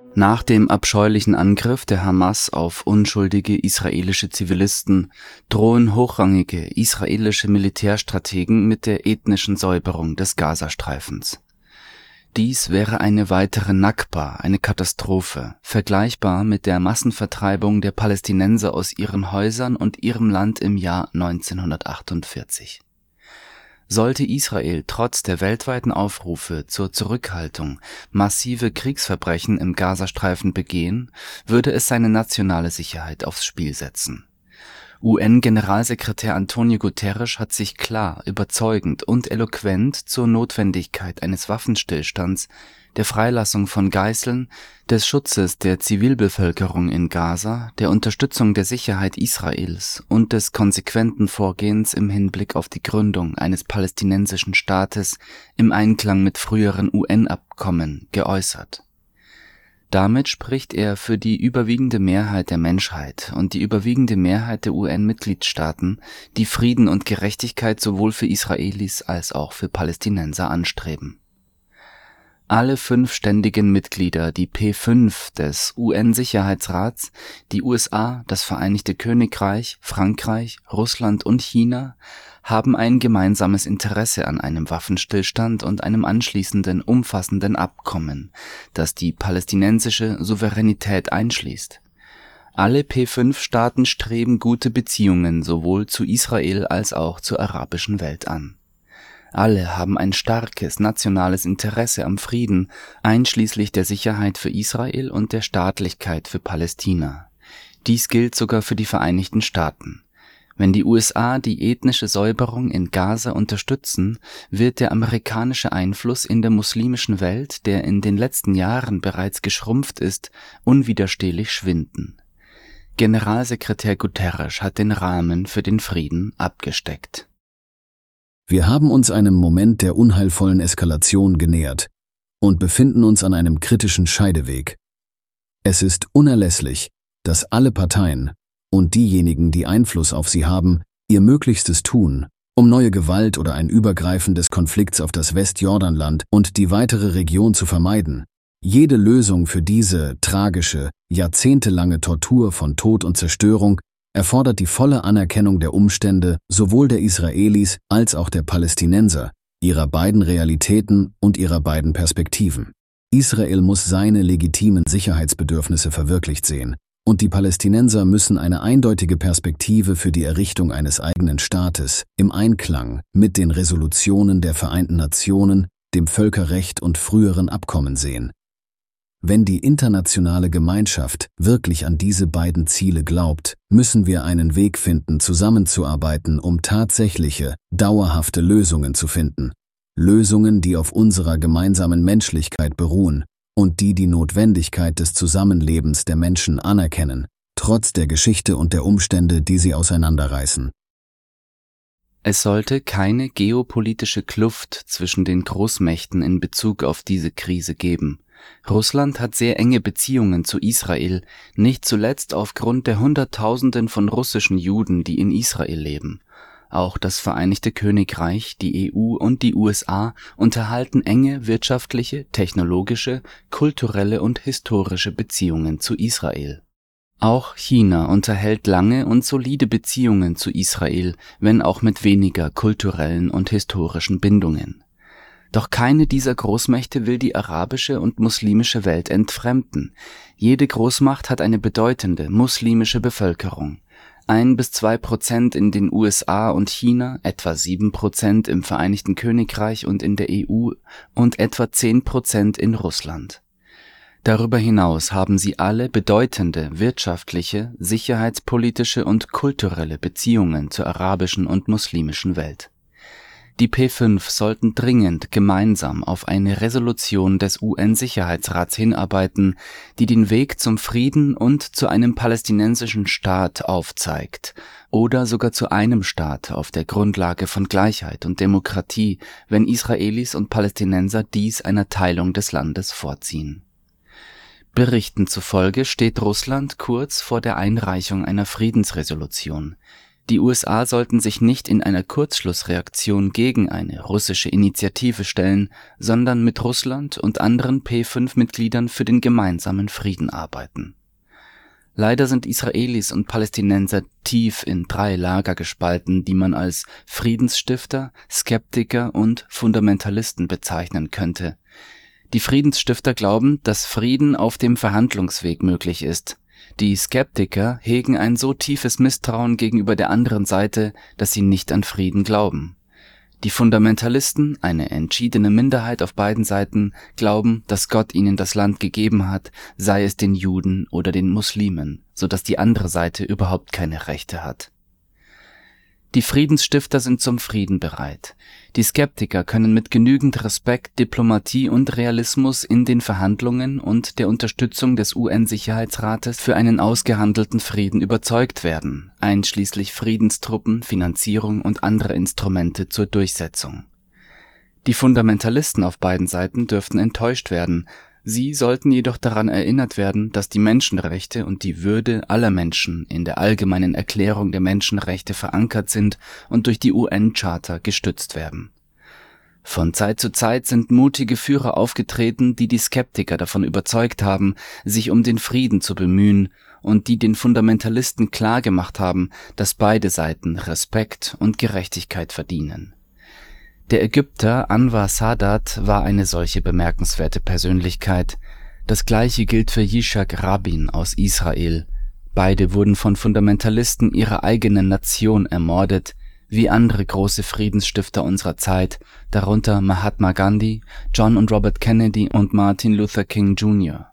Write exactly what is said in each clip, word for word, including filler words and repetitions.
Nach dem abscheulichen Angriff der Hamas auf unschuldige israelische Zivilisten drohen hochrangige israelische Militärstrategen mit der ethnischen Säuberung des Gazastreifens. Dies wäre eine weitere Nakba, eine Katastrophe, vergleichbar mit der Massenvertreibung der Palästinenser aus ihren Häusern und ihrem Land im Jahr neunzehnhundertachtundvierzig. Sollte Israel trotz der weltweiten Aufrufe zur Zurückhaltung massive Kriegsverbrechen im Gazastreifen begehen, würde es seine nationale Sicherheit aufs Spiel setzen. U N-Generalsekretär Antonio Guterres hat sich klar, überzeugend und eloquent zur Notwendigkeit eines Waffenstillstands, der Freilassung von Geiseln, des Schutzes der Zivilbevölkerung in Gaza, der Unterstützung der Sicherheit Israels und des konsequenten Vorgehens im Hinblick auf die Gründung eines palästinensischen Staates im Einklang mit früheren U N-Abkommen geäußert. Damit spricht er für die überwiegende Mehrheit der Menschheit und die überwiegende Mehrheit der U N-Mitgliedstaaten, die Frieden und Gerechtigkeit sowohl für Israelis als auch für Palästinenser anstreben. Alle fünf ständigen Mitglieder, die P fünf des U N-Sicherheitsrats, die U S A, das Vereinigte Königreich, Frankreich, Russland und China, haben ein gemeinsames Interesse an einem Waffenstillstand und einem anschließenden umfassenden Abkommen, das die palästinensische Souveränität einschließt. Alle P fünf Staaten streben gute Beziehungen sowohl zu Israel als auch zur arabischen Welt an. Alle haben ein starkes nationales Interesse am Frieden, einschließlich der Sicherheit für Israel und der Staatlichkeit für Palästina. Dies gilt sogar für die Vereinigten Staaten. Wenn die U S A die ethnische Säuberung in Gaza unterstützen, wird der amerikanische Einfluss in der muslimischen Welt, der in den letzten Jahren bereits geschrumpft ist, unwiderstehlich schwinden. Generalsekretär Guterres hat den Rahmen für den Frieden abgesteckt. Wir haben uns einem Moment der unheilvollen Eskalation genähert und befinden uns an einem kritischen Scheideweg. Es ist unerlässlich, dass alle Parteien und diejenigen, die Einfluss auf sie haben, ihr Möglichstes tun, um neue Gewalt oder ein Übergreifen des Konflikts auf das Westjordanland und die weitere Region zu vermeiden. Jede Lösung für diese tragische, jahrzehntelange Tortur von Tod und Zerstörung erfordert die volle Anerkennung der Umstände sowohl der Israelis als auch der Palästinenser, ihrer beiden Realitäten und ihrer beiden Perspektiven. Israel muss seine legitimen Sicherheitsbedürfnisse verwirklicht sehen, und die Palästinenser müssen eine eindeutige Perspektive für die Errichtung eines eigenen Staates im Einklang mit den Resolutionen der Vereinten Nationen, dem Völkerrecht und früheren Abkommen sehen. Wenn die internationale Gemeinschaft wirklich an diese beiden Ziele glaubt, müssen wir einen Weg finden, zusammenzuarbeiten, um tatsächliche, dauerhafte Lösungen zu finden. Lösungen, die auf unserer gemeinsamen Menschlichkeit beruhen und die die Notwendigkeit des Zusammenlebens der Menschen anerkennen, trotz der Geschichte und der Umstände, die sie auseinanderreißen. Es sollte keine geopolitische Kluft zwischen den Großmächten in Bezug auf diese Krise geben. Russland hat sehr enge Beziehungen zu Israel, nicht zuletzt aufgrund der Hunderttausenden von russischen Juden, die in Israel leben. Auch das Vereinigte Königreich, die E U und die U S A unterhalten enge wirtschaftliche, technologische, kulturelle und historische Beziehungen zu Israel. Auch China unterhält lange und solide Beziehungen zu Israel, wenn auch mit weniger kulturellen und historischen Bindungen. Doch keine dieser Großmächte will die arabische und muslimische Welt entfremden. Jede Großmacht hat eine bedeutende muslimische Bevölkerung. Ein bis zwei Prozent in den U S A und China, etwa sieben Prozent im Vereinigten Königreich und in der E U und etwa zehn Prozent in Russland. Darüber hinaus haben sie alle bedeutende wirtschaftliche, sicherheitspolitische und kulturelle Beziehungen zur arabischen und muslimischen Welt. Die P fünf sollten dringend gemeinsam auf eine Resolution des U N-Sicherheitsrats hinarbeiten, die den Weg zum Frieden und zu einem palästinensischen Staat aufzeigt, oder sogar zu einem Staat auf der Grundlage von Gleichheit und Demokratie, wenn Israelis und Palästinenser dies einer Teilung des Landes vorziehen. Berichten zufolge steht Russland kurz vor der Einreichung einer Friedensresolution. Die U S A sollten sich nicht in einer Kurzschlussreaktion gegen eine russische Initiative stellen, sondern mit Russland und anderen P fünf Mitgliedern für den gemeinsamen Frieden arbeiten. Leider sind Israelis und Palästinenser tief in drei Lager gespalten, die man als Friedensstifter, Skeptiker und Fundamentalisten bezeichnen könnte. Die Friedensstifter glauben, dass Frieden auf dem Verhandlungsweg möglich ist. Die Skeptiker hegen ein so tiefes Misstrauen gegenüber der anderen Seite, dass sie nicht an Frieden glauben. Die Fundamentalisten, eine entschiedene Minderheit auf beiden Seiten, glauben, dass Gott ihnen das Land gegeben hat, sei es den Juden oder den Muslimen, so dass die andere Seite überhaupt keine Rechte hat. Die Friedensstifter sind zum Frieden bereit. Die Skeptiker können mit genügend Respekt, Diplomatie und Realismus in den Verhandlungen und der Unterstützung des U N-Sicherheitsrates für einen ausgehandelten Frieden überzeugt werden, einschließlich Friedenstruppen, Finanzierung und andere Instrumente zur Durchsetzung. Die Fundamentalisten auf beiden Seiten dürften enttäuscht werden. Sie sollten jedoch daran erinnert werden, dass die Menschenrechte und die Würde aller Menschen in der Allgemeinen Erklärung der Menschenrechte verankert sind und durch die U N-Charta gestützt werden. Von Zeit zu Zeit sind mutige Führer aufgetreten, die die Skeptiker davon überzeugt haben, sich um den Frieden zu bemühen und die den Fundamentalisten klargemacht haben, dass beide Seiten Respekt und Gerechtigkeit verdienen. Der Ägypter Anwar Sadat war eine solche bemerkenswerte Persönlichkeit. Das Gleiche gilt für Yitzhak Rabin aus Israel. Beide wurden von Fundamentalisten ihrer eigenen Nation ermordet, wie andere große Friedensstifter unserer Zeit, darunter Mahatma Gandhi, John und Robert Kennedy und Martin Luther King Junior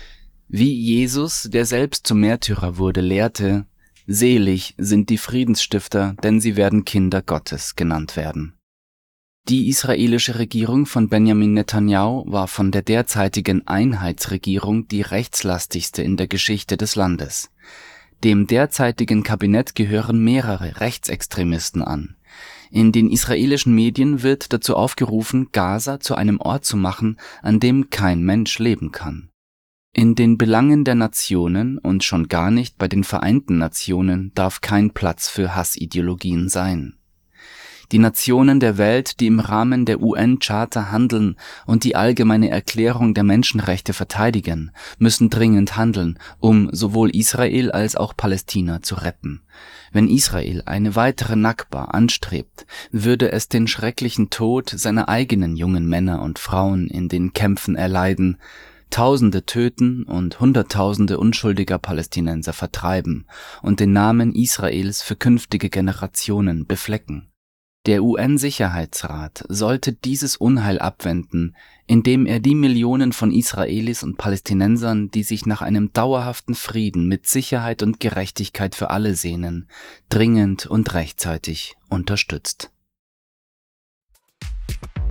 Wie Jesus, der selbst zum Märtyrer wurde, lehrte: Selig sind die Friedensstifter, denn sie werden Kinder Gottes genannt werden. Die israelische Regierung von Benjamin Netanyahu war von der derzeitigen Einheitsregierung die rechtslastigste in der Geschichte des Landes. Dem derzeitigen Kabinett gehören mehrere Rechtsextremisten an. In den israelischen Medien wird dazu aufgerufen, Gaza zu einem Ort zu machen, an dem kein Mensch leben kann. In den Belangen der Nationen und schon gar nicht bei den Vereinten Nationen darf kein Platz für Hassideologien sein. Die Nationen der Welt, die im Rahmen der U N-Charta handeln und die allgemeine Erklärung der Menschenrechte verteidigen, müssen dringend handeln, um sowohl Israel als auch Palästina zu retten. Wenn Israel eine weitere Nakba anstrebt, würde es den schrecklichen Tod seiner eigenen jungen Männer und Frauen in den Kämpfen erleiden, Tausende töten und Hunderttausende unschuldiger Palästinenser vertreiben und den Namen Israels für künftige Generationen beflecken. Der U N-Sicherheitsrat sollte dieses Unheil abwenden, indem er die Millionen von Israelis und Palästinensern, die sich nach einem dauerhaften Frieden mit Sicherheit und Gerechtigkeit für alle sehnen, dringend und rechtzeitig unterstützt.